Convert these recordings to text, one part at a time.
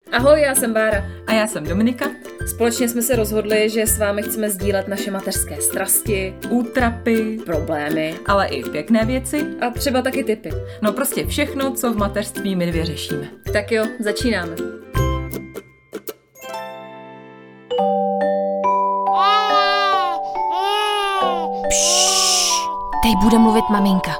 Ahoj, já jsem Bára. A já jsem Dominika. Společně jsme se rozhodli, že s vámi chceme sdílet naše mateřské strasti, útrapy, problémy, ale i pěkné věci. A třeba taky tipy. No prostě všechno, co v mateřství my dvě řešíme. Tak jo, začínáme. Teď bude mluvit maminka.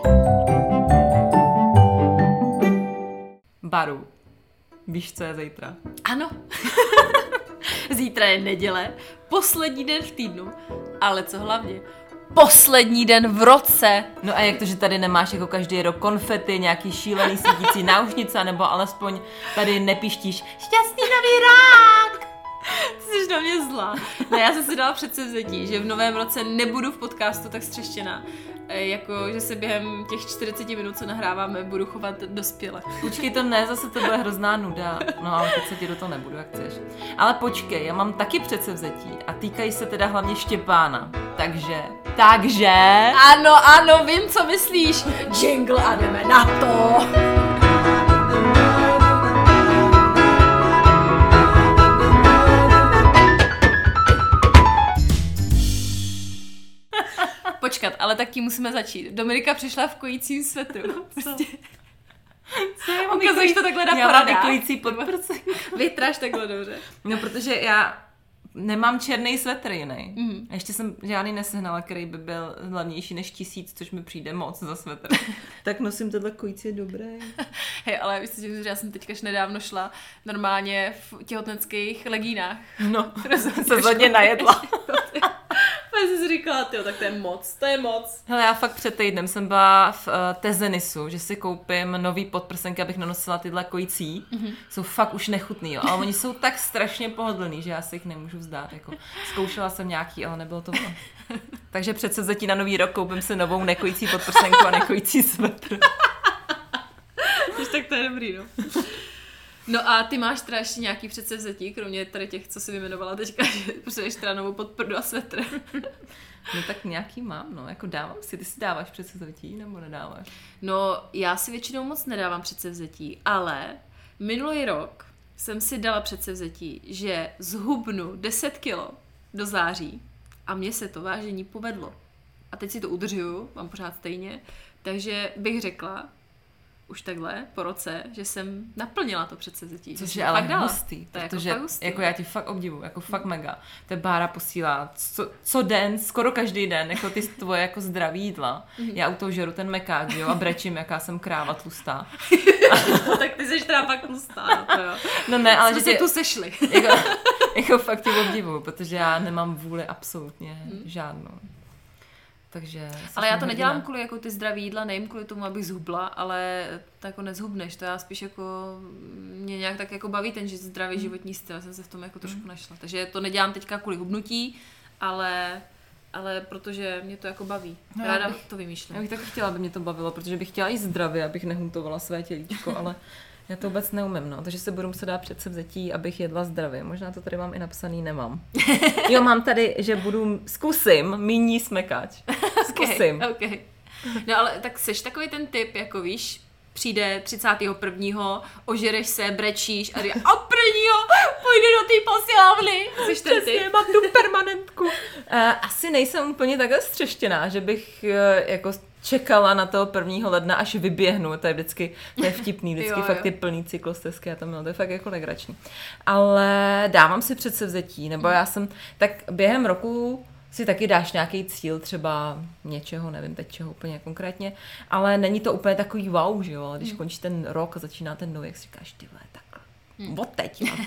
Baru, víš, co je zítra? Ano. Zítra je neděle, poslední den v týdnu, ale co hlavně? Poslední den v roce. No a jak to, že tady nemáš jako každý rok konfety, nějaký šílený svítící náušnice, nebo alespoň tady nepíštíš šťastný nový rok? Ty jsi na mě zlá. No já jsem si dala předsevzetí, že v novém roce nebudu v podcastu tak střeštěná, jako že se během těch 40 minut, co nahráváme, budu chovat dospěle. Počkej, to ne, zase to bude hrozná nuda. No ale teď se ti do toho nebudu, jak chceš. Ale počkej, já mám taky předsevzetí a týkají se teda hlavně Štěpána. Takže... Ano, vím, co myslíš. Jingle a jdeme na to. Počkat, ale tak tím musíme začít. Dominika přišla v kojícím svetru. Prostě. Ukazuješ to takhle na paradách? Já mám kojící podprsenku. Vytráš takhle dobře. No, protože já nemám černý svetr jiný. Ještě jsem žádný nesehnala, který by byl hlavnější než 1000, což mi přijde moc za svetr. Tak nosím tenhle kojící, je dobré. Hej, ale myslím, že já jsem teďka nedávno šla normálně v těhotenských legínách. No, se hodně najedla. Já jsem si říkala, tyjo, tak to je moc. Hele, já fakt před týdnem jsem byla v Tezenisu, že si koupím nový podprsenky, abych nanosila tyhle kojící. Jsou fakt už nechutný, jo, ale oni jsou tak strašně pohodlný, že já si jich nemůžu vzdát. Jako, zkoušela jsem nějaký, ale nebylo to ono. Takže předsevzetí na nový rok koupím si novou nekojící podprsenku a nekojící svetr. Tak to je dobrý, no. No a ty máš teda ještě nějaký předsevzetí, kromě tady těch, co jsi vyjmenovala teďka, že potřebuješ teda novou podprdu a svetr. No tak nějaký mám, no, jako dávám si, ty si dáváš předsevzetí nebo nedáváš? No, já si většinou moc nedávám předsevzetí, ale minulý rok jsem si dala předsevzetí, že zhubnu 10 kilo do září a mně se to vážení povedlo. A teď si to udržuju, mám pořád stejně, takže bych řekla, už takhle, po roce, že jsem naplnila to předsevzetí. Což je ale hustý, protože jako já ti fakt obdivuju, jako fakt mega. To Bára posílá co den, skoro každý den, jako ty tvoje jako zdravý jídla. Já u toho žeru ten mekák, jo, a brečím, jaká jsem kráva tlustá. Tak ty jsi teda fakt tlustá, to jo. No ne, ale jsme že se tu sešli. jako fakt tě obdivuju, protože já nemám vůli absolutně žádnou. Takže ale já to nedělám kvůli jako ty zdravý jídla, nejím kvůli tomu, abych zhubla, ale to jako nezhubneš, to já spíš jako mě nějak tak jako baví ten zdravý životní styl, já jsem se v tom jako trošku našla. Takže to nedělám teďka kvůli hubnutí, ale protože mě to jako baví. No, Ráda to vymýšlím. Já bych taky chtěla, aby mě to bavilo, protože bych chtěla jíst zdravě, abych nehuntovala své tělíčko, ale já to vůbec neumím, no. Takže se budu muset dát předsevzetí, abych jedla zdravě. Možná to tady mám i napsaný, nemám. Jo, mám tady, že zkusím míň smekač. Zkusím. Okay. No ale tak seš takový ten typ, jako víš, přijde 31. ožereš se, brečíš a říkáš, a prvního půjdu do té posilovny. Seš ten typ? Mám tu permanentku. Asi nejsem úplně takhle střeštěná, že bych jako čekala na toho 1. ledna, až vyběhnu. To je vždycky, to je vtipný, vždycky fakt ty plný cyklostezky, já to miluji, to je fakt jako legrační. Ale dávám si předsevzetí, nebo já jsem, tak během roku si taky dáš nějaký cíl třeba něčeho, nevím teď čeho úplně konkrétně, ale není to úplně takový wow, že jo, ale když končí ten rok a začíná ten nový, jak si říkáš, ty vole, takhle. Od teď, a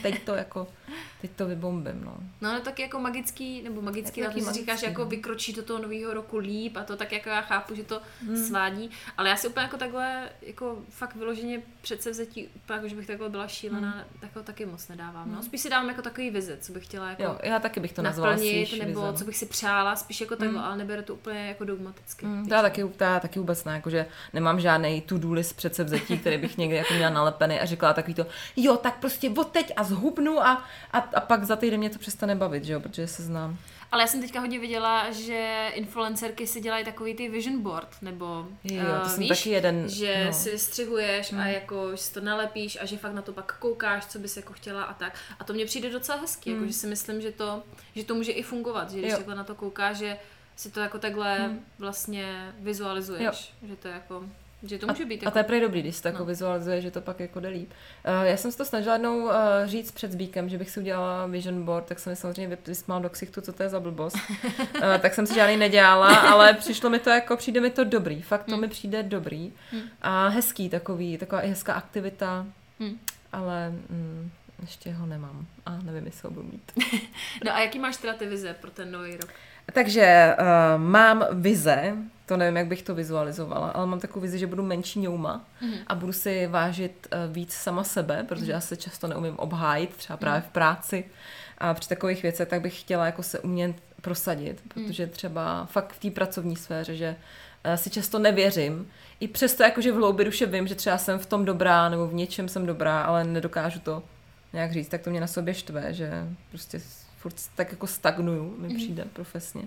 teď to vybombím, no. No ale tak jako magický, ale ty si říkáš, jako vykročí do toho nového roku líp a to tak jako já chápu, že to svádí, ale já si úplně jako takhle, jako fakt vyloženě předsevzetí, úplně, že bych takhle byla šílená, tak ho taky moc nedávám, no. Spíš si dávám jako takový vize, co bych chtěla jako já taky bych to nazvala naplnit, nebo vizem. Co bych si přála, spíš jako takhle, ale neberu to úplně jako dogmaticky. Já taky vůbec ne, jakože nemám žádnej to-do list předsevzetí, který bych někdy jako měla nalepený a říkala takový to, jo, tak prostě od teď a zhubnu a pak za týden mě to přestane bavit, že jo, protože se znám. Ale já jsem teďka hodně viděla, že influencerky si dělají takový ty vision board, nebo Jo, to jsem víš, taky jeden, že si vystřihuješ a jako si to nalepíš a že fakt na to pak koukáš, co bys jako chtěla a tak. A to mně přijde docela hezky, jako, že si myslím, že to může i fungovat, že když takhle na to koukáš, že si to jako takhle vlastně vizualizuješ, že to jako... Že to může být jako... A to je prej dobrý, když se to jako vizualizuje, že to pak jako jde líp. Já jsem si to snažila jednou říct před Zbíkem, že bych si udělala vision board, tak jsem mi samozřejmě vysmál do ksichtu, co to je za blbost. Tak jsem si žádný nedělala, ale přišlo mi to jako, přijde mi to dobrý. Fakt to mi přijde dobrý. A hezký taková i hezká aktivita, ale ještě ho nemám a nevím, jestli ho budu mít. No a jaký máš teda ty vize pro ten nový rok? Takže mám vize, to nevím, jak bych to vizualizovala, ale mám takovou vizi, že budu menší ňouma a budu si vážit víc sama sebe, protože já se často neumím obhájit, třeba právě v práci a při takových věcech, tak bych chtěla jako se umět prosadit, protože třeba fakt v té pracovní sféře, že si často nevěřím, i přesto jakože v hloubi duše vím, že třeba jsem v tom dobrá nebo v něčem jsem dobrá, ale nedokážu to nějak říct, tak to mě na sobě štve, že prostě furt tak jako stagnuju, mi přijde profesně.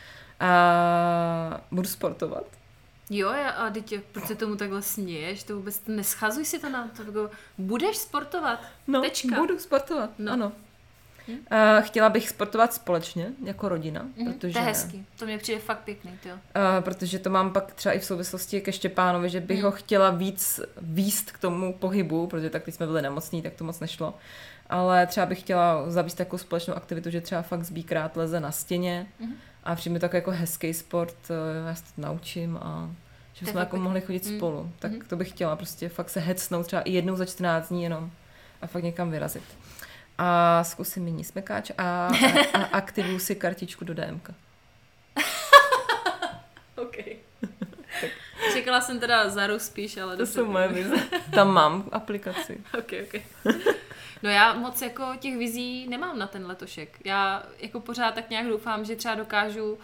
A budu sportovat. Jo, a teď proč se tomu takhle směješ? To vůbec neschazuj si to na to. Jako, budeš sportovat? No, Tečka. budu sportovat, ano. Chtěla bych sportovat společně, jako rodina. Protože, to je hezký, to mě přijde fakt pěkný. Protože to mám pak třeba i v souvislosti ke Štěpánovi, že bych ho chtěla víc výst k tomu pohybu, protože tak když jsme byli nemocní, tak to moc nešlo. Ale třeba bych chtěla zavést takovou společnou aktivitu, že třeba fakt Zbíkrát leze na stěně a přijde mi tak jako hezký sport, já se to naučím a že jsme jako mohli chodit spolu. Tak to bych chtěla prostě fakt se hecnout třeba i jednou za 14 dní jenom a fakt někam vyrazit. A zkusím mini smekáč a aktivuju si kartičku do DMK. OK. Čekala jsem teda Zaru spíš, ale... To jsou moje vize. Tam mám aplikaci. OK. No já moc jako těch vizí nemám na ten letošek. Já jako pořád tak nějak doufám, že třeba dokážu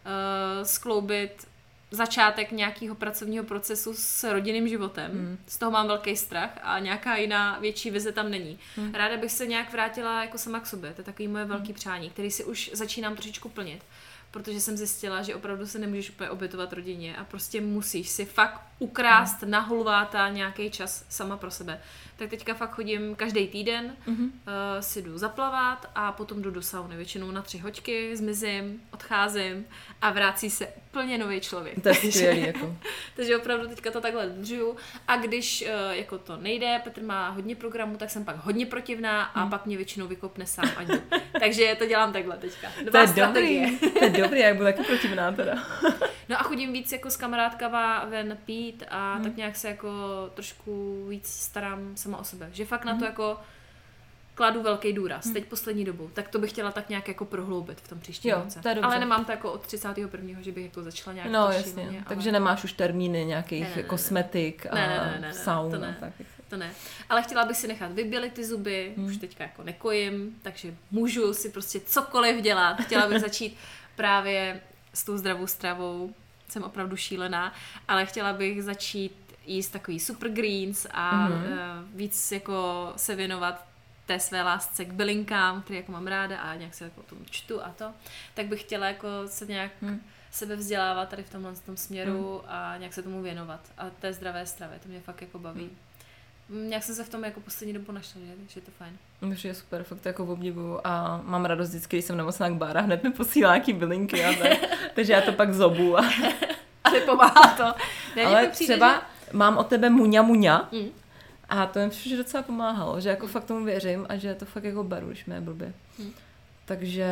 skloubit začátek nějakého pracovního procesu s rodinným životem. Z toho mám velký strach a nějaká jiná větší vize tam není. Ráda bych se nějak vrátila jako sama k sobě. To je takový moje velký přání, který si už začínám trošičku plnit. Protože jsem zjistila, že opravdu se nemůžeš úplně obětovat rodině a prostě musíš si fakt ukrást na hulváta nějaký čas sama pro sebe. Tak teďka fakt chodím každý týden, si jdu zaplavat a potom jdu do sauny. Většinou na 3 hoďky, zmizím, odcházím a vrací se úplně nový člověk. To je skvělý, jako. Takže opravdu teďka to takhle dodržuju. A když jako to nejde, Petr má hodně programů, tak jsem pak hodně protivná a pak mě většinou vykopne sám a jdu. Takže to dělám takhle teďka. To je dobrý, to je dobrý, jak budu taky protivná teda. No a chodím víc jako s kamarádkama ven pít a tak nějak se jako trošku víc starám sama o sebe. Že fakt na to jako kladu velký důraz, teď poslední dobou. Tak to bych chtěla tak nějak jako prohloubit v tom příštím roce. Ale nemám to jako od 31. že bych jako začala nějak jasně. Ale... Takže nemáš už termíny nějakých kosmetik a saun. To ne. Ale chtěla bych si nechat vybělit ty zuby, už teďka jako nekojím, takže můžu si prostě cokoliv dělat. Chtěla bych začít právě s tou zdravou stravou, jsem opravdu šílená, ale chtěla bych začít jíst takový super greens a víc jako se věnovat té své lásce k bylinkám, které jako mám ráda a nějak se jako tomu čtu a to, tak bych chtěla jako se nějak sebe vzdělávat tady v tomhle tom směru a nějak se tomu věnovat. A té zdravé stravě, to mě fakt jako baví. Nějak jsem se v tom jako poslední dobu našla, že je to fajn. Myslím, je super, fakt to jako obdivuju a mám radost vždycky, když jsem nemocná k Bára, hned mi posílá nějaký bylinky a tak, takže já to pak zobu. A nepomáhá to. Ale třeba mám od tebe muňa a to mi přišlo, že docela pomáhalo, že jako fakt tomu věřím a že to fakt jako beru, když mě je blbě. Takže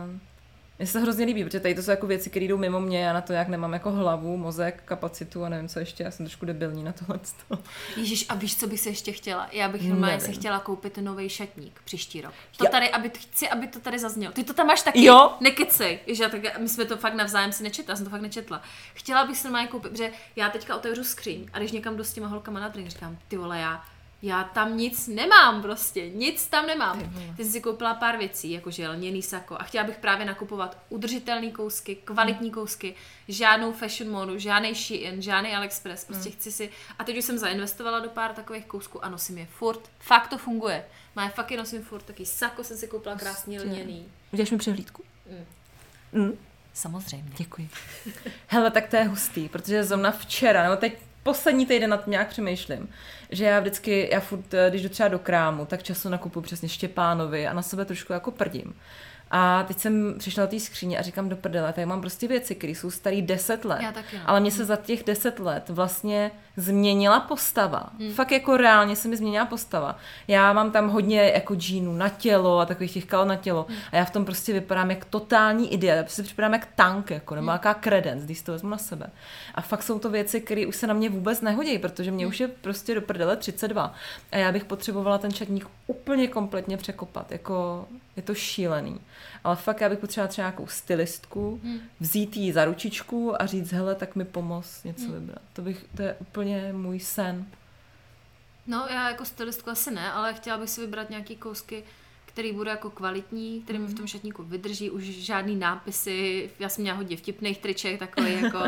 mně se to hrozně líbí, protože tady to jsou jako věci, které jdou mimo mě, já na to jak nemám jako hlavu, mozek, kapacitu a nevím co ještě, já jsem trošku debilní na tohle. Ježíš, a víš, co bych se ještě chtěla? Já bych normálně si chtěla koupit nový šatník příští rok. To tady, chci, aby to tady zaznělo. Ty to tam máš taky? Jo. Nekecej. My jsme to fakt navzájem si nečetla, já jsem to fakt nečetla. Chtěla bych si normálně koupit, protože já teďka otevřu skříň a když někam jdu s těma holkama na drink, říkám, ty vole, já tam nic nemám prostě, nic tam nemám. Ty jsi si koupila pár věcí, jakože lněný sako a chtěla bych právě nakupovat udržitelný kousky, kvalitní kousky, žádnou fashion módu, žádný Shein, žádný AliExpress, prostě chci si, a teď už jsem zainvestovala do pár takových kousků a nosím je furt, fakt to funguje. Fakt je nosím furt, taky sako jsem si koupila krásný lněný. Uděláš mi přehlídku? Samozřejmě. Děkuji. Hele, tak to je hustý, protože zrovna včera, nebo teď poslední týden nad tím nějak přemýšlím, že já furt, když jdu třeba do krámu, tak často nakupuju přesně Štěpánovi a na sebe trošku jako prdím. A teď jsem přišla do té skříně a říkám do prdele, tady mám prostě věci, které jsou starý 10 let. Já taky, no. Ale mně se za těch 10 let vlastně změnila postava. Fakt jako reálně se mi změnila postava. Já mám tam hodně jako džínů na tělo a takových těch kal na tělo. A já v tom prostě vypadám jak totální idiot. Já prostě připadám jak tank, jako, nebo jaká credence, když to vezmu na sebe. A fakt jsou to věci, které už se na mě vůbec nehodí, protože mě už je prostě do prdele 32. A já bych potřebovala ten šatník úplně kompletně překopat. Jako, je to šílený. Ale fakt já bych potřebovala třeba nějakou stylistku, vzít jí za ručičku a říct, hele, tak mi pomoz něco vybrat. To je úplně můj sen. No, já jako stylistku asi ne, ale chtěla bych si vybrat nějaký kousky, který bude jako kvalitní, který mi v tom šatníku vydrží, už žádný nápisy, já jsem měla hodně vtipných triček, takový jako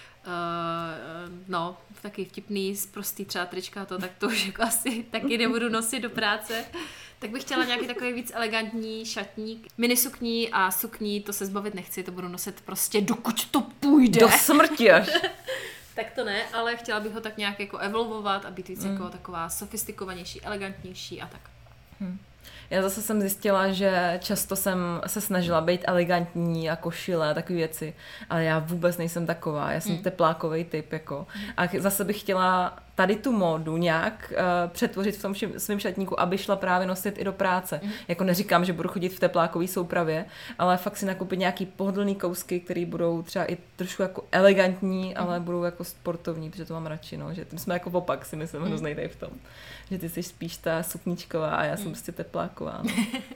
taky vtipný, prostý třeba trička, tak to už jako asi taky nebudu nosit do práce. Tak bych chtěla nějaký takový víc elegantní šatník. Minisukní a sukní, to se zbavit nechci, to budu nosit prostě dokud to půjde. Do smrti až. Tak to ne, ale chtěla bych ho tak nějak jako evolvovat a být víc jako taková sofistikovanější, elegantnější a tak. Já zase jsem zjistila, že často jsem se snažila být elegantní a košile a takové věci, ale já vůbec nejsem taková, já jsem teplákový typ, jako. A zase bych chtěla tady tu módu nějak přetvořit v tom svém šatníku, aby šla právě nosit i do práce. Jako neříkám, že budu chodit v teplákové soupravě, ale fakt si nakoupit nějaký pohodlný kousky, které budou třeba i trošku jako elegantní, ale budou jako sportovní, protože to mám radši, no, že tím jsme jako opak, si myslím, hroznej tady v tom. Že ty jsi spíš ta sukničková a já jsem prostě tepláková. No.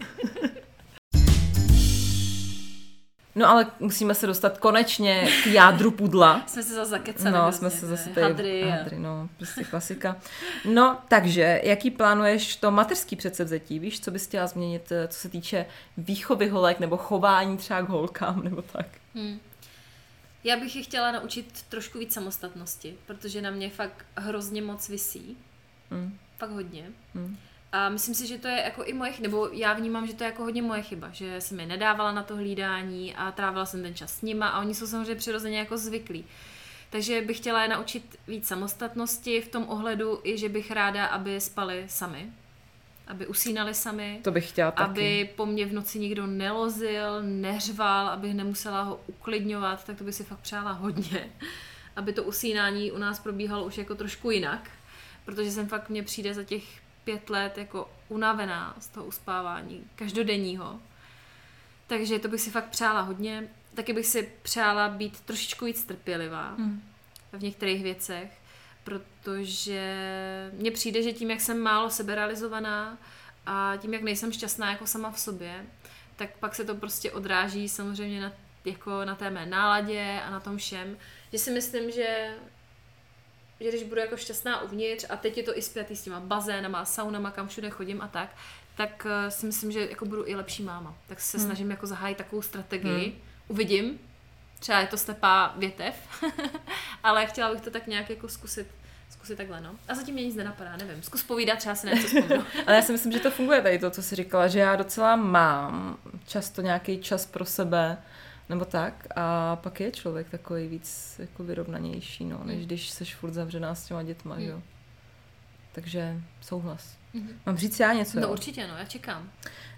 No ale musíme se dostat konečně k jádru pudla. Jsme se zase zakecali. No, jsme se zase tady... Hadry, no, prostě klasika. No, takže, jaký plánuješ to mateřský předsevzetí? Víš, co bys chtěla změnit, co se týče výchovy holek, nebo chování třeba k holkám, nebo tak? Já bych je chtěla naučit trošku víc samostatnosti, protože na mě fakt hrozně moc visí. Fakt hodně. A myslím si, že to je jako i moje, nebo já vnímám, že to je jako hodně moje chyba, že jsem je nedávala na to hlídání a trávila jsem ten čas s nima a oni jsou samozřejmě přirozeně jako zvyklí. Takže bych chtěla je naučit víc samostatnosti v tom ohledu i, že bych ráda, aby spali sami, aby usínali sami. To bych chtěla taky. Aby po mně v noci nikdo nelozil, neřval, abych nemusela ho uklidňovat, tak to bych si fakt přála hodně. Aby to usínání u nás probíhalo už jako trošku jinak, protože mně přijde za těch 5 let jako unavená z toho uspávání každodenního. Takže to bych si fakt přála hodně. Taky bych si přála být trošičku víc trpělivá v některých věcech, protože mně přijde, že tím, jak jsem málo seberealizovaná a tím, jak nejsem šťastná jako sama v sobě, tak pak se to prostě odráží samozřejmě na té mé náladě a na tom všem. Že si myslím, že když budu jako šťastná uvnitř a teď je to i zpětý s těma bazénama, saunama, kam všude chodím a tak si myslím, že jako budu i lepší máma. Tak se snažím jako zahájit takovou strategii. Uvidím, třeba je to slepá větev, ale chtěla bych to tak nějak jako zkusit takhle, no. A zatím mě nic nenapadá, nevím. Zkus povídat, třeba si něco vzpomenu. Ale já si myslím, že to funguje tady to, co jsi říkala, že já docela mám často nějaký čas pro sebe, nebo tak, a pak je člověk takový víc jako vyrovnanější, no, než když seš furt zavřená s těma dětma, jo. Takže souhlas. Mám říct já něco, No jo? určitě, no, já čekám.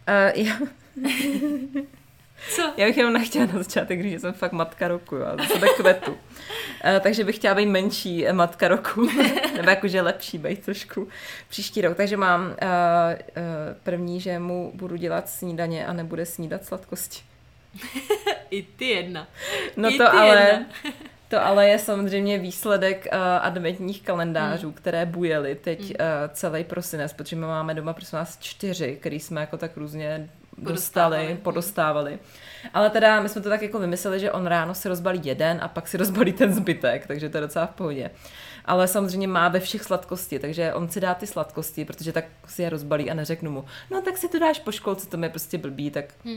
Co? Já bych jenom nechtěla na začátek říct, že jsem fakt matka roku, jo, za sebe kvetu. Takže bych chtěla být menší matka roku, nebo jakože lepší být trošku příští rok. Takže mám první, že mu budu dělat snídaně a nebude snídat sladkosti. I ty jedna. No to ale je samozřejmě výsledek adventních kalendářů, které bujely teď celý prosinec, protože my máme doma, prosím vás, 4, který jsme jako tak různě podostávali. Ale teda my jsme to tak jako vymysleli, že on ráno si rozbalí jeden a pak si rozbalí ten zbytek, takže to je docela v pohodě. Ale samozřejmě má ve všech sladkosti, takže on si dá ty sladkosti, protože tak si je rozbalí a neřeknu mu, no tak si to dáš po školce, to mi je prostě blbý, tak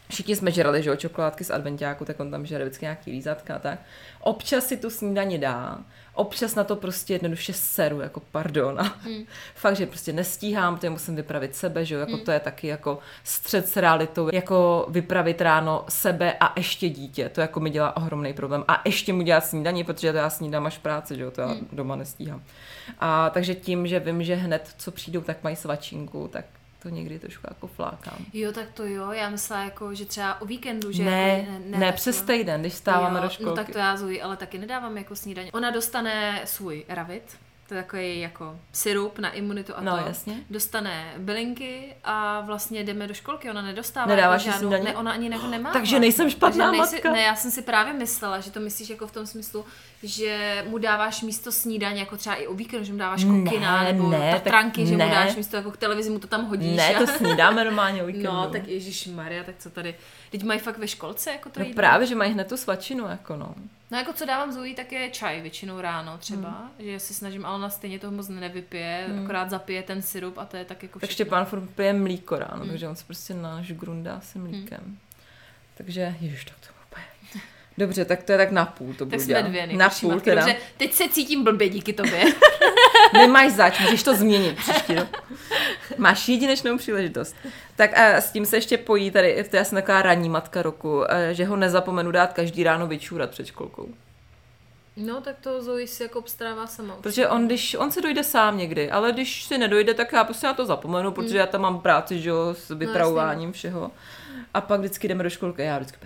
všichni jsme žrali, že jo, čokoládky z adventáku, tak on tam žere vždycky nějaký lízatka a tak. Občas si tu snídani dá, občas na to prostě jednoduše seru, jako pardon. A fakt, že prostě nestíhám, protože musím vypravit sebe, že jo, jako to je taky jako střet s realitou, jako vypravit ráno sebe a ještě dítě, to jako mi dělá ohromný problém. A ještě mu dělat snídani, protože to já snídám až v práci, že jo, to já doma nestíhám. A takže tím, že vím, že hned, co přijdou, tak mají svačinku, tak to někdy trošku jako flákám. Jo, tak to jo, já myslela jako, že třeba o víkendu, že ne, jako, ne přes týden, když stáváme do školky. No tak to já Zoe, ale taky nedávám jako snídaně. Ona dostane svůj ravit, to je takový jako sirup na imunitu a no, to. Jasně. Dostane bylinky a vlastně jdeme do školky, ona nedostává. Nedáváš jako žádnou, snídaně? ne, ona ani nemá. Takže nejsem špatná matka. Ne, já jsem si právě myslela, že to myslíš jako v tom smyslu, že mu dáváš místo snídaně, jako třeba i o víkendu, že mu dáváš kokina, nebo tatranky, že mu dáš místo jako k televizi, mu to tam hodíš. Ne, to snídáme normálně o víkendu. No, tak ježišmarja, tak co tady. Teď mají fakt ve školce jako to no jídlo. právě, že mají hned tu svačinu, jako no. No jako co dávám Zoe, tak je čaj většinou ráno třeba, že si snažím, ale ona stejně toho moc nevypije, akorát zapije ten sirup a to je tak jako všechno. Tak Štěpán furt pije mlíko ráno, takže on se prostě nažgrundá si mlíkem. Takže, ježiš, tak to úplně. Dobře, tak to je tak napůl, to budu dělat. Tak jsme dvě, napůl teda. Dobře, teď se cítím blbě díky tobě. Nemáš zač, můžeš to změnit příští rok. Máš jedinečnou příležitost. Tak a s tím se ještě pojí tady, to já jsem taková ranní matka roku, že ho nezapomenu dát každý ráno vyčůrat před školkou. No, tak to Zoe si jako obstarává sama. Protože on se dojde sám někdy, ale když si nedojde, tak já prostě na to zapomenu, protože já tam mám práci, že jo, s vypravováním všeho. A pak vždycky jdeme do školky a já vždycky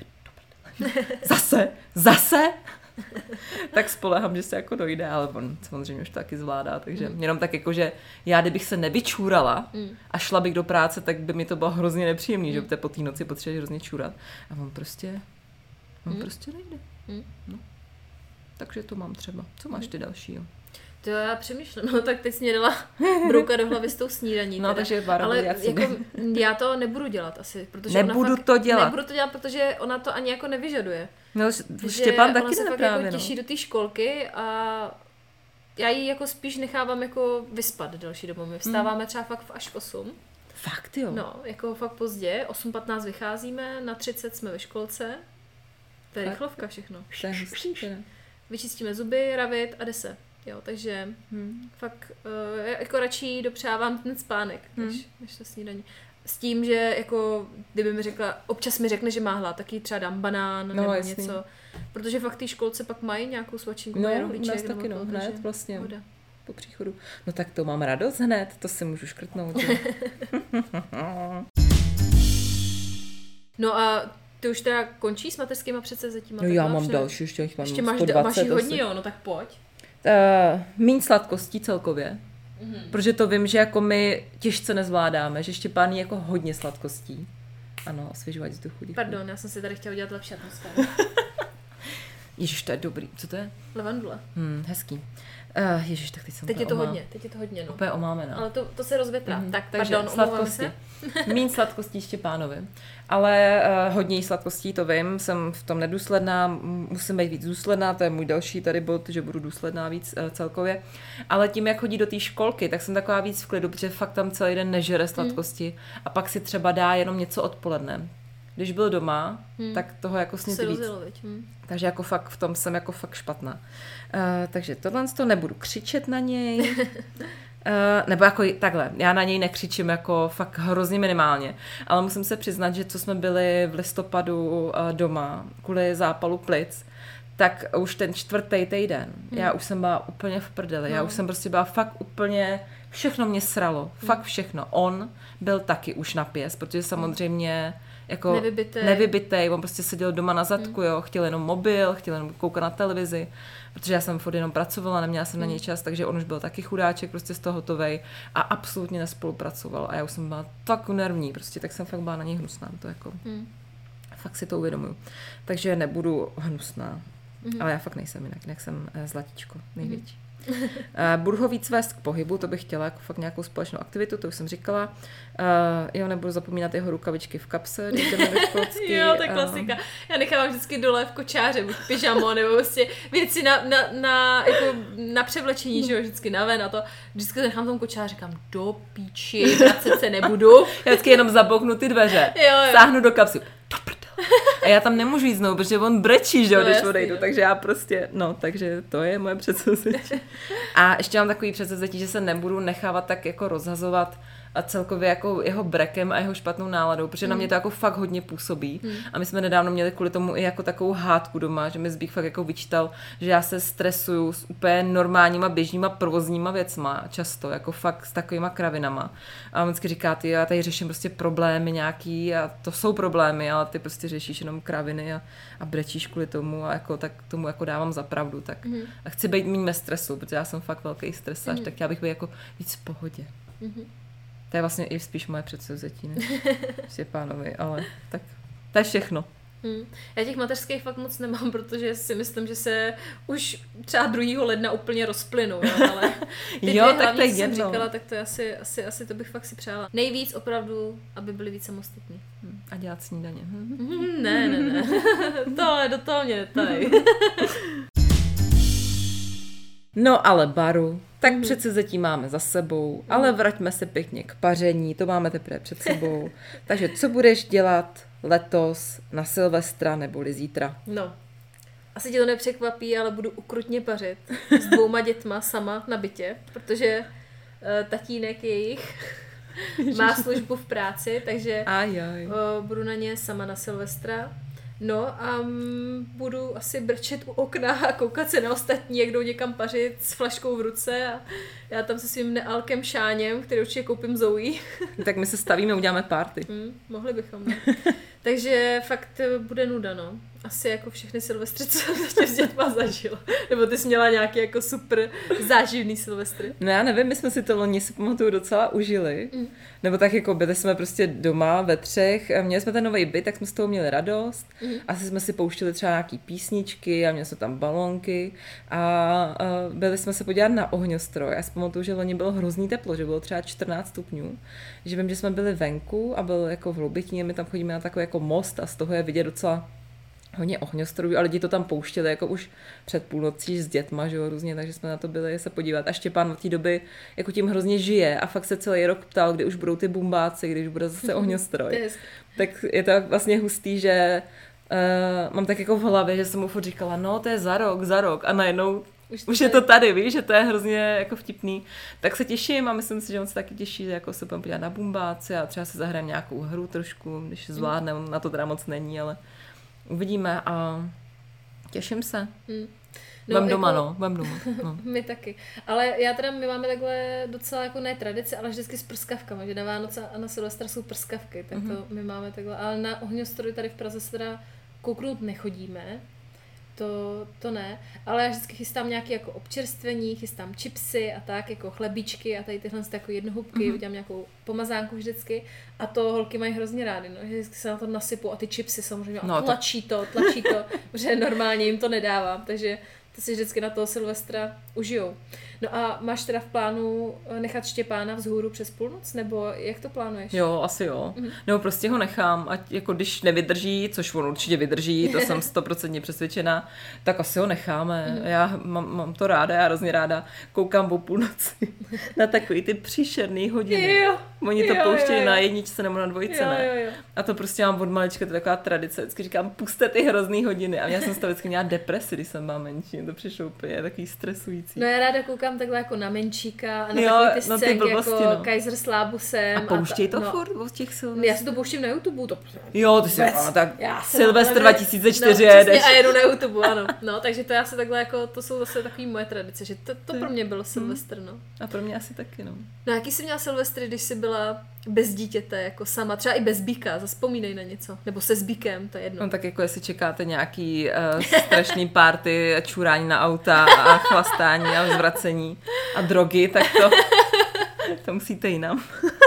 Zase? Tak spolehám, že se jako dojde, ale on samozřejmě už to taky zvládá, takže jenom tak jako, že já kdybych se nevyčůrala a šla bych do práce, tak by mi to bylo hrozně nepříjemný, že po té noci potřebuješ hrozně čůrat. A on prostě nejde. No. Takže to mám třeba. Co máš ty dalšího? To já přemýšlím, no tak teď jsi mě dala brouka do hlavy s tou snídaní. No, takže ale jako, já to nebudu dělat asi, protože Nebudu to dělat, protože ona to ani jako nevyžaduje. No, Štěpán taky ona se ne fakt právě, jako těší do té školky a já ji jako spíš nechávám jako vyspat delší dobu. My vstáváme třeba fakt až v 8. Fakt jo? No, jako fakt pozdě, 8:15 vycházíme, na 30 jsme ve školce. To je rychlovka všechno. To je hustý, teda. Vyčistíme zuby, ravit a jde se. Jo, takže fakt jako radši dopřávám ten spánek, než to snídaní. S tím, že jako, kdyby mi řekla, občas mi řekne, že má hlad, tak jí třeba dám banán nebo jasný. něco. Protože fakt v té školce pak mají nějakou svačinku, no, rohlíček. Taky no, hned vlastně. Hoda. Po příchodu. No tak to mám radost hned, to si můžu škrtnout. No a ty už teda končíš s mateřskýma předsevzetíma? No já mám další, ještě mám 120. Máš jich hodně, jo, no tak pojď. Míň sladkostí celkově. Protože to vím, že jako my těžce nezvládáme, že Štěpán je jako hodně sladkostí. Ano, osvěžovat vzduchu. Pardon, já jsem si tady chtěla udělat lepší atmosféru. Ježiš, to je dobrý. Co to je? Levandule. Hezký. Ježiš, tak teď je to hodně, no. Úplně omámená. Ale to se rozvětrá. Tak, takže pardon, sladkosti. Míň sladkostí Štěpánovi. Ale hodně jí sladkostí, to vím, jsem v tom nedůsledná, musím být víc důsledná, to je můj další tady bod, že budu důsledná víc celkově. Ale tím, jak chodí do té školky, tak jsem taková víc v klidu, protože fakt tam celý den nežere sladkosti a pak si třeba dá jenom něco odpoledne. Když byl doma, tak toho jako snět víc. Takže jako fakt v tom jsem jako fakt špatná. Takže tohle to nebudu křičet na něj. Nebo jako takhle, já na něj nekřičím jako fakt hrozně minimálně, ale musím se přiznat, že co jsme byli v listopadu doma kvůli zápalu plic, tak už ten 4. týden, já už jsem byla úplně v prdeli, já už jsem prostě byla fakt úplně, všechno mě sralo, fakt všechno. On byl taky už na pěst, protože samozřejmě jako nevybitej, on prostě seděl doma na zadku, jo, chtěl jenom mobil, chtěl jenom koukat na televizi, protože já jsem furt jenom pracovala, neměla jsem na něj čas, takže on už byl taky chudáček, prostě z toho hotovej a absolutně nespolupracoval a já už jsem byla tak nervní, prostě tak jsem fakt byla na něj hnusná, to jako fakt si to uvědomuju. Takže nebudu hnusná, ale já fakt nejsem jinak jsem zlatíčko, největší. Budu ho víc vést k pohybu, to bych chtěla, jako fakt nějakou společnou aktivitu, to už jsem říkala. Jo, nebudu zapomínat jeho rukavičky v kapse, když jdeme do školky. Jo, to je klasika. Já nechávám vždycky dole v kočáře, buď pyžamo, nebo prostě věci na převlečení, že jo, vždycky na ven a to. Vždycky nechám tom kočáře, říkám, do píči, vracet se nebudu. Já vždycky jenom zabouknu ty dveře, jo. sáhnu do kapsy. A já tam nemůžu jít znovu, protože on brečí, že jo, No, když jasný, odejdu, no. takže já prostě, no, takže to je moje předsevzetí. A ještě mám takový předsevzetí, že se nebudu nechávat tak jako rozhazovat a celkově jako jeho brekem a jeho špatnou náladou, protože na mě to jako fakt hodně působí. A my jsme nedávno měli kvůli tomu i jako takovou hádku doma, že mi Zbík fakt jako vyčítal, že já se stresuju s úplně normálníma běžníma provozníma věcma, často, jako fakt s takovýma kravinama. A on vždycky říká, ty, já tady řeším prostě problémy nějaký a to jsou problémy, ale ty prostě řešíš jenom kraviny a brečíš kvůli tomu a jako tak tomu jako dávám za pravdu, tak a chci být méně ve stresu, protože já jsem fakt velký stresař, tak já bych byl jako víc v pohodě. To je vlastně i spíš moje předsevzetí, než Štěpánovi, ale tak to je všechno. Já těch mateřských fakt moc nemám, protože si myslím, že se už třeba 2. ledna úplně rozplynou, jo, ale ty Jo, dvě tak hlavní, to je co jsem jedno. říkala, tak to je asi to bych fakt si přála. Nejvíc opravdu, aby byli víc samostatní. A dělat snídaně. Ne. Tohle do toho mě netají. No ale Baru, tak předsevzetí máme za sebou, ale vraťme se pěkně k paření, to máme teprve před sebou. Takže co budeš dělat letos na Silvestra neboli zítra? No, asi tě to nepřekvapí, ale budu ukrutně pařit s 2 dětma sama na bytě, protože tatínek jejich má službu v práci, takže Ajaj. budu na ně sama na Silvestra. No a budu asi brčet u okna a koukat se na ostatní, jak jdou někam pařit s flaškou v ruce a já tam se svým nealkem Šáněm, který určitě koupím Zoe. Tak my se stavíme, uděláme party. Mohli bychom. Ne? Takže fakt bude nuda, no. Asi jako všechny Silvestry, co jsem ještě s dětma zažila. Nebo ty jsi měla nějaký jako super záživný Silvestry. No já nevím, my jsme si to loni, si pamatuju, docela užili. Nebo tak jako byli jsme prostě doma ve 3, měli jsme ten nový byt, tak jsme z toho měli radost. Asi jsme si pouštili třeba nějaký písničky a měli jsme tam balónky a byli jsme se podívat na ohňostroj. Já si pamatuju, že loni bylo hrozný teplo, že bylo třeba 14 stupňů. Že vím, že jsme byli venku a byl jako v Hloubitíně, my tam chodíme na takový jako most a z toho je vidět docela hodně ohňostrojů a lidi to tam pouštěli jako už před půlnocí s dětma, že jo, různě, takže jsme na to byli se podívat. A Štěpán od té doby jako tím hrozně žije a fakt se celý rok ptal, kdy už budou ty bumbáci, když bude zase ohňostroj. Tak je to vlastně hustý, že mám tak jako v hlavě, že jsem mu furt říkala, no to je za rok a najednou už je to tady, víš, že to je hrozně jako vtipný. Tak se těším a myslím si, že on se taky těší, že jako se budeme podívat na bumbáci a třeba se zahrajeme nějakou hru trošku, když zvládne, na to teda moc není, ale uvidíme a těším se. Budem doma, no. My taky. Ale my máme takhle docela jako ne tradice, ale vždycky s prskavkami, že na Vánoce a na Silvestra jsou prskavky, tak to my máme takhle. Ale na ohňostroji tady v Praze se teda kouknout nechodíme, to ne, ale já vždycky chystám nějaké jako občerstvení, chystám chipsy a tak, jako chlebíčky a tady tyhle jako jednohubky, udělám nějakou pomazánku vždycky a to holky mají hrozně rády, no, že vždycky se na to nasypu a ty chipsy samozřejmě a tlačí to, protože normálně jim to nedávám, takže to si vždycky na toho Silvestra užijou. No a máš teda v plánu nechat Štěpána vzhůru přes půlnoc, nebo jak to plánuješ? Jo, asi jo. Nebo prostě ho nechám, ať jako když nevydrží, což on určitě vydrží, to jsem 100% přesvědčená, tak asi ho necháme. Já mám to ráda, já hrozně ráda koukám o půlnoci na takový ty příšerný hodiny. Jo. Oni to pouštějí na 1 nebo na 2, ne? Jo. A to prostě mám od malička, to je taková tradice. Vždycky říkám, puste ty hrozný hodiny. A já jsem z toho vždycky měla depresi, když jsem byla menší. To přišlo úplně takový stresující. No já ráda koukám takhle jako na Menčíka a na takový ty scénky blbosti, jako Kaiser s Lábusem. A pouštějí to furt od těch Silvestrů? Já si to pouštím na YouTube. Jo, ty si tak Silvestr 2004 no, jedeš. A jedu na YouTube, ano. No, takže to já se takhle jako, to jsou zase takový moje tradice, že to pro mě bylo Silvestr, no. A pro mě asi taky, no. No, jaký jsi měla Silvestry, když jsi byla bez dítěte, jako sama, třeba i bez Bíka, zavzpomínej na něco, nebo se Bíkem, to je jedno. No tak jako jestli čekáte nějaký strašný party, čurání na auta a chlastání a zvracení a drogy, tak to musíte jinam.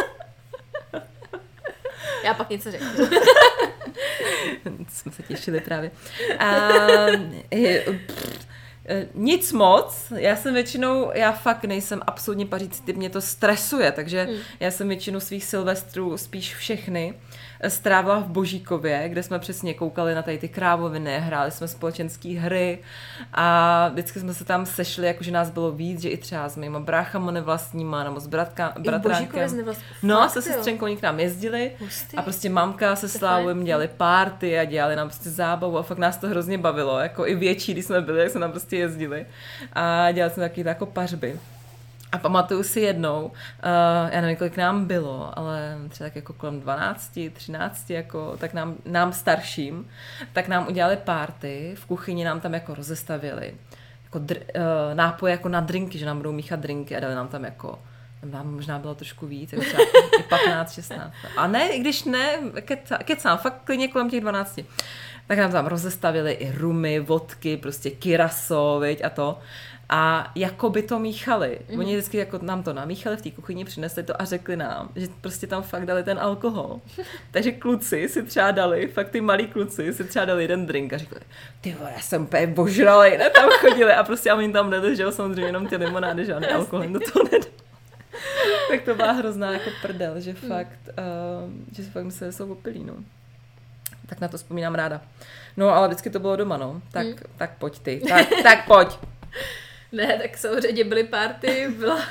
Já pak něco řeknu. Jsme se těšili právě. Nic moc, já fakt nejsem absolutně pařící typ, mě to stresuje, takže já jsem většinu svých silvestrů, spíš všechny, strávila v Božíkově, kde jsme přesně koukali na tady ty krávoviny, hráli jsme společenské hry a vždycky jsme se tam sešli, jakože nás bylo víc, že i třeba s mýma bráchama nevlastníma, nebo s bratránkem. No, se sestřenkou k nám jezdili a prostě mamka se Slávou dělali party a dělali nám prostě zábavu a fakt nás to hrozně bavilo, jako i větší, když jsme byli, jak jsme tam prostě jezdili a dělali jsme taky jako pařby. A pamatuju si jednou, já nevím, kolik nám bylo, ale třeba tak jako kolem 12, 13, jako, tak nám starším, tak nám udělali party, v kuchyni nám tam jako rozestavili jako nápoje jako na drinky, že nám budou míchat drinky a dali nám tam jako, nám možná bylo trošku víc, jako třeba i 15, 16. A ne, i když ne, kecám, fakt klidně kolem těch 12. Tak nám tam rozestavili i rumy, vodky, prostě kiraso, viď, a to. A jako by to míchali. Oni vždycky jako nám to namíchali v té kuchyni, přinesli to a řekli nám, že prostě tam fakt dali ten alkohol. Takže kluci si třeba dali, fakt ty malí kluci si třeba dali jeden drink a řekli, ty vole, já jsem úplně božralej, ne, tam chodili a prostě a oni tam nedali, že jo, samozřejmě jenom ty limonády, žádný alkohol do toho nedali. Tak to byla hrozná jako prdel, že fakt, že si fakt mysleli, že jsou opilí, no. Tak na to vzpomínám ráda. No, ale vždycky to bylo doma, no. Tak pojď ty. Tak pojď. Ne, tak samozřejmě byly party,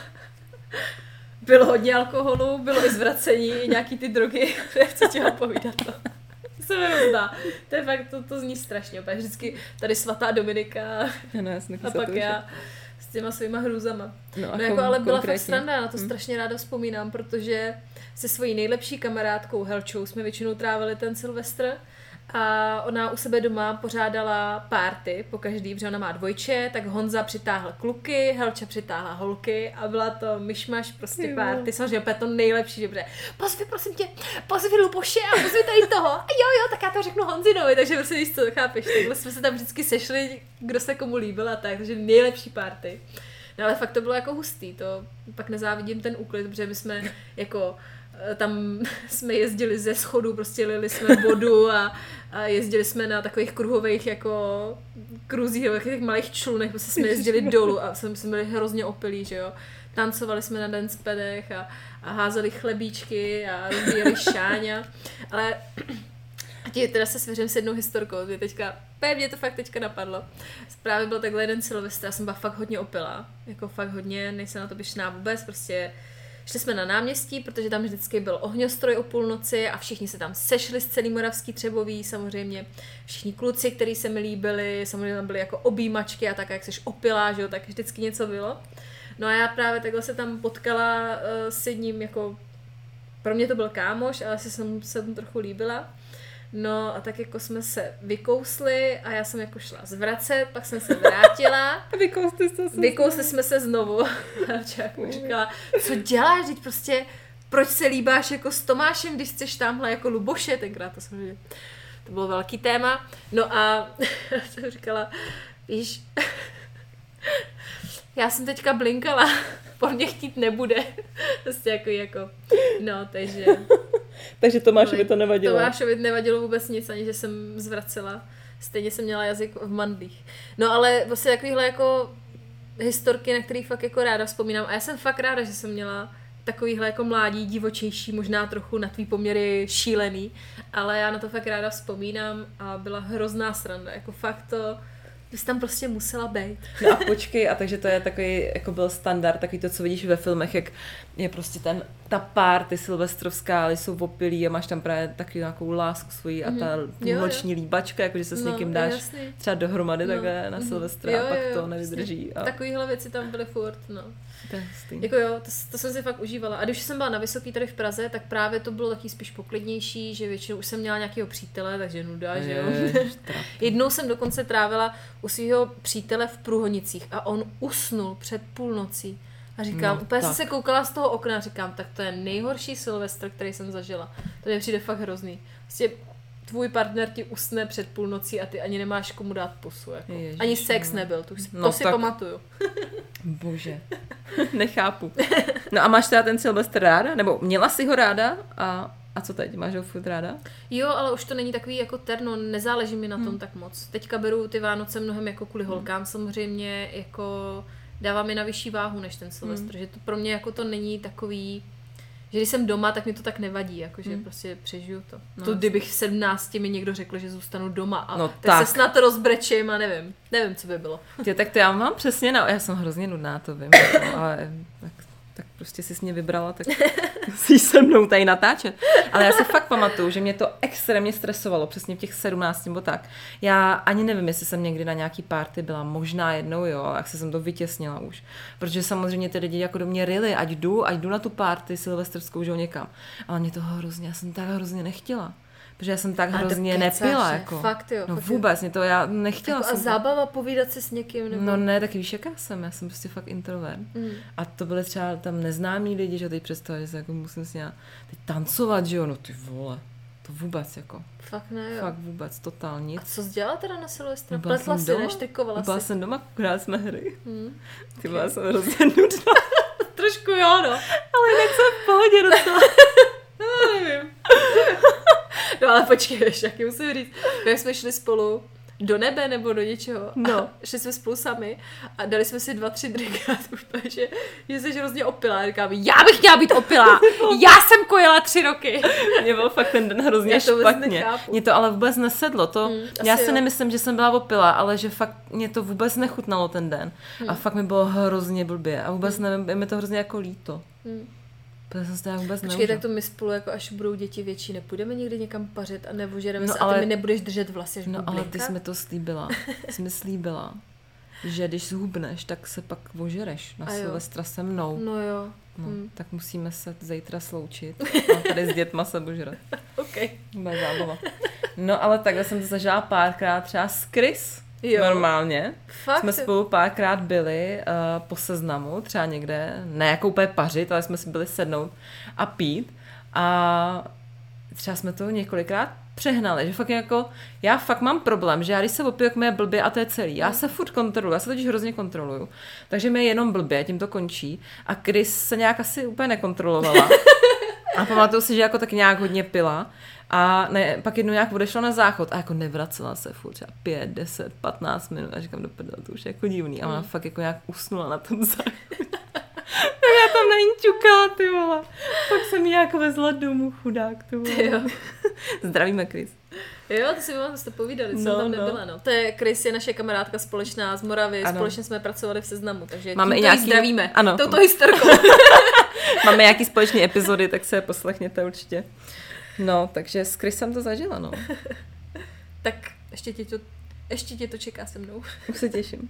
bylo hodně alkoholu, bylo i zvracení, i nějaký ty drogy, nechci ti ho povídat, no. Se mi rozdá. To je fakt, to zní strašně, opět vždycky tady svatá Dominika a pak já s těma svýma hrůzama. No jako, ale byla fakt sranda, na to strašně ráda vzpomínám, protože se svojí nejlepší kamarádkou Helčou jsme většinou trávili ten Silvestr a ona u sebe doma pořádala party po každý, protože ona má dvojče, tak Honza přitáhl kluky, Helča přitáhla holky a byla to myšmaš prostě party, samozřejmě opět to nejlepší, že bude pozvi, prosím tě, pozvi Luboše a pozvi tady toho a jo, tak já to řeknu Honzinovi, takže prostě víš co, chápeš, takhle jsme se tam vždycky sešli, kdo se komu líbil a tak, takže nejlepší party. No ale fakt to bylo jako hustý, to pak nezávidím ten úklid, protože my jsme jako tam jsme jezdili ze schodů, prostě lili jsme vodu a jezdili jsme na takových kruhových jako kruzích, těch malých člunech, prostě jsme jezdili dolů a jsme byli hrozně opilí, že jo. Tancovali jsme na dancepadech a házeli chlebíčky a rozbíjeli šáňa, ale teda se svěřím s jednou historkou, mě to fakt teďka napadlo. Právě byl takhle jeden Silvestr, já jsem byla fakt hodně opilá, jako fakt hodně, nejsem na to pyšná vůbec, prostě šli jsme na náměstí, protože tam vždycky byl ohňostroj o půlnoci a všichni se tam sešli z celý Moravský Třeboví, samozřejmě všichni kluci, kteří se mi líbili, samozřejmě tam byly jako objímačky a tak, jak seš opilá, že jo, tak vždycky něco bylo. No a já právě takhle se tam potkala s jedním, jako pro mě to byl kámoš, ale asi jsem se mu trochu líbila. No a tak jako jsme se vykousli a já jsem jako šla zvracet, pak jsem se vrátila. Vykousli jsme se znovu. A jako říkala, co děláš, teď prostě, proč se líbáš jako s Tomášem, když chceš tamhle jako Luboše, tenkrát to bylo velký téma. No a jsem říkala, víš, já jsem teďka blinkala, po mně chtít nebude. Prostě jako, no, takže... Takže Tomášovi to nevadilo. Tomášovi nevadilo vůbec nic, ani že jsem zvracela. Stejně jsem měla jazyk v mandlích. No ale vlastně takovýhle jako historky, na kterých fakt jako ráda vzpomínám. A já jsem fakt ráda, že jsem měla takovýhle jako mládí, divočejší, možná trochu na tvý poměry šílený. Ale já na to fakt ráda vzpomínám a byla hrozná sranda. Jako fakt to... Bys tam prostě musela být. No a počkej, a takže to je takový, jako byl standard, takový to, co vidíš ve filmech, jak je prostě ta party silvestrovská, ale jsou opilí a máš tam právě takový nějakou lásku svojí a ta noční líbačka, jakože se s někým dáš třeba dohromady takhle na Silvestra a pak to nevydrží. A... Takovýhle věci tam byly furt, no. To jako jo, to jsem si fakt užívala. A když jsem byla na Vysoký tady v Praze, tak právě to bylo taky spíš poklidnější, že většinou už jsem měla nějakého přítele, takže nuda, že jo. Jednou jsem dokonce trávila u svého přítele v Průhonicích a on usnul před půlnocí. A říkám, úplně jsem se koukala z toho okna a říkám, tak to je nejhorší Silvestr, který jsem zažila. To mě přijde fakt hrozný. Prostě tvůj partner ti usne před půlnocí a ty ani nemáš komu dát pusu. Jako. Ježiš, ani sex nebyl, to si pamatuju. Bože, nechápu. No a máš teda ten Silvestr ráda? Nebo měla jsi ho ráda? A A co teď? Máš ho furt ráda? Jo, ale už to není takový jako terno, nezáleží mi na tom tak moc. Teďka beru ty Vánoce mnohem jako kvůli holkám, samozřejmě jako dává mi na vyšší váhu než ten Silvestr, že to pro mě jako to není takový, že když jsem doma, tak mi to tak nevadí, jakože prostě přežiju to. No, To kdybych v 17 mi někdo řekl, že zůstanu doma a No tak tak. se snad rozbrečím a nevím, co by bylo. Tak to já mám přesně, já jsem hrozně nudná, to vím, ale tak prostě si s mě vybrala, tak si se mnou tady natáčet. Ale já si fakt pamatuju, že mě to extrémně stresovalo, přesně v těch 17 nebo tak. Já ani nevím, jestli jsem někdy na nějaký party byla, možná jednou, jo, ale jak jsem to vytěsnila už. Protože samozřejmě ty lidi jako do mě ryli, ať jdu na tu party silvestrskou, že jo, někam. Ale mě to hrozně, já jsem tak hrozně nechtěla. Protože já jsem tak Ale to hrozně kecáš, nepila, ne? jako. Fakt jo, No fakt vůbec, mě to já nechtěla Jako a jsem. to. zábava povídat si s někým, nebo... No ne, taky víš, jaká jsem. Já jsem prostě fakt introvert. A to byly třeba tam neznámí lidi, že teď představit, že se jako musím s ním teď tancovat, že jo, no ty vole. To vůbec jako. Fakt ne, jo. Fakt vůbec, totál nic. A co jsi dělala teda na Silvestra? Byla Pletla jsem si, doma. neštrikovala Byla si? jsem doma, akorát jsme hry. Ty byla jsem hrozně nudná. Trošku jo, no. Ale jinak jsem v pohodě docela. Nevím. No ale počkej, ještě, jaký musím říct. Jak jsme šli spolu do nebe nebo do něčeho. No. A šli jsme spolu sami a dali jsme si 2-3 drinky a to úplně, že jsi hrozně opilá. Říkám, já bych chtěla být opilá. Já jsem kojila 3 roky. Mě byl fakt ten den hrozně Já to vůbec špatně. nechápu. Mě to ale vůbec nesedlo. To, já asi si jo. nemyslím, že jsem byla opila, ale že fakt mě to vůbec nechutnalo ten den. A fakt mi bylo hrozně blbě. A vůbec nevím, je mi to hrozně jako líto. Protože jsem se to vůbec Počkej, neužila. tak to my spolu, jako až budou děti větší, nepůjdeme někdy někam pařit a nevožereme No, se a ale- ty mi nebudeš držet vlasy, až No budu ale ty blinkat? jsi mi to slíbila. Jsi mi slíbila, že když zhubneš, tak se pak ožereš na A jo. Silvestra se mnou. No jo. No, tak musíme se zítra sloučit a tady s dětma se ožrat. OK. Bude zábava. No ale takhle jsem to zažila párkrát třeba s Chris. Jo. Normálně. Fakt? Jsme spolu párkrát byli po Seznamu, třeba někde, ne jako úplně pařit, ale jsme si byli sednout a pít. A třeba jsme to několikrát přehnali, že fakt jako, já fakt mám problém, že já když se opiju, jak mi je blbě a to je celý. Já se furt kontroluju, já se totiž hrozně kontroluju. Takže mi je jenom blbě, tím to končí. A Chris se nějak asi úplně nekontrolovala. A pamatuju si, že jako tak nějak hodně pila. A ne, pak jednou nějak odešla na záchod a jako nevracela se furt třeba 5, 10, 15 minut a říkám do prdele, to už je jako divný. A ona fakt jako nějak usnula na tom záchodě. Tak já tam na ní ťukala, ty vole. Pak jsem ji jako vezla domů, chudák, ty vole. Jo. Zdravíme, Chris. Jo, to si vám jste povídali, co No, tam no. nebyla, no. To je Chris, je naše kamarádka společná z Moravy, Ano. společně jsme pracovali v Seznamu, takže Máme tímto i jí nějaký- zdravíme. ano. Touto historkou. Máme nějaký společný epizody, tak se je poslechněte určitě. No, takže s Chrisem to zažila, no. Tak ještě tě to čeká se mnou. Už se těším.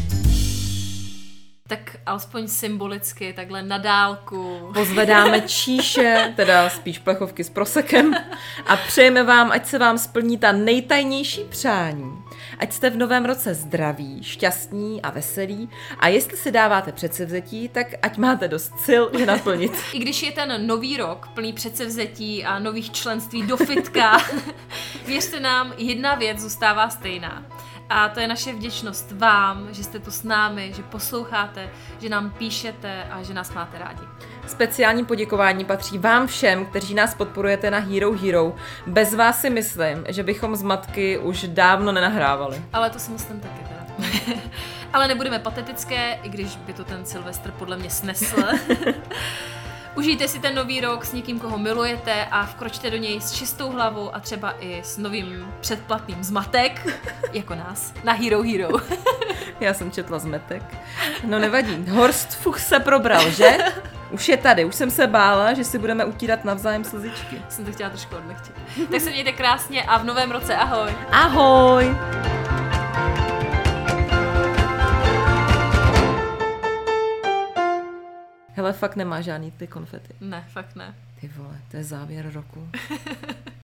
Tak alespoň symbolicky, takhle na dálku. Pozvedáme číše, teda spíš plechovky s prosekem a přejeme vám, ať se vám splní ta nejtajnější přání. Ať jste v novém roce zdraví, šťastní a veselí a jestli si dáváte předsevzetí, tak ať máte dost sil je naplnit. I když je ten nový rok plný předsevzetí a nových členství do fitka, věřte nám, jedna věc zůstává stejná. A to je naše vděčnost vám, že jste tu s námi, že posloucháte, že nám píšete a že nás máte rádi. Speciální poděkování patří vám všem, kteří nás podporujete na Hero Hero. Bez vás si myslím, že bychom z matky už dávno nenahrávali. Ale to si myslím taky teda. Ale nebudeme patetické, i když by to ten Silvestr podle mě snesl. Užijte si ten nový rok s někým, koho milujete a vkročte do něj s čistou hlavou a třeba i s novým předplatným zmatek, jako nás, na Hero Hero. Já jsem četla zmetek. No nevadí. Horst Fuch se probral, že? Už je tady. Už jsem se bála, že si budeme utírat navzájem slzičky. Jsem to chtěla trošku odlehčit. Tak se mějte krásně a v novém roce ahoj. Ahoj! Hele, fakt nemá žádný ty konfety. Ne, fakt ne. Ty vole, to je závěr roku.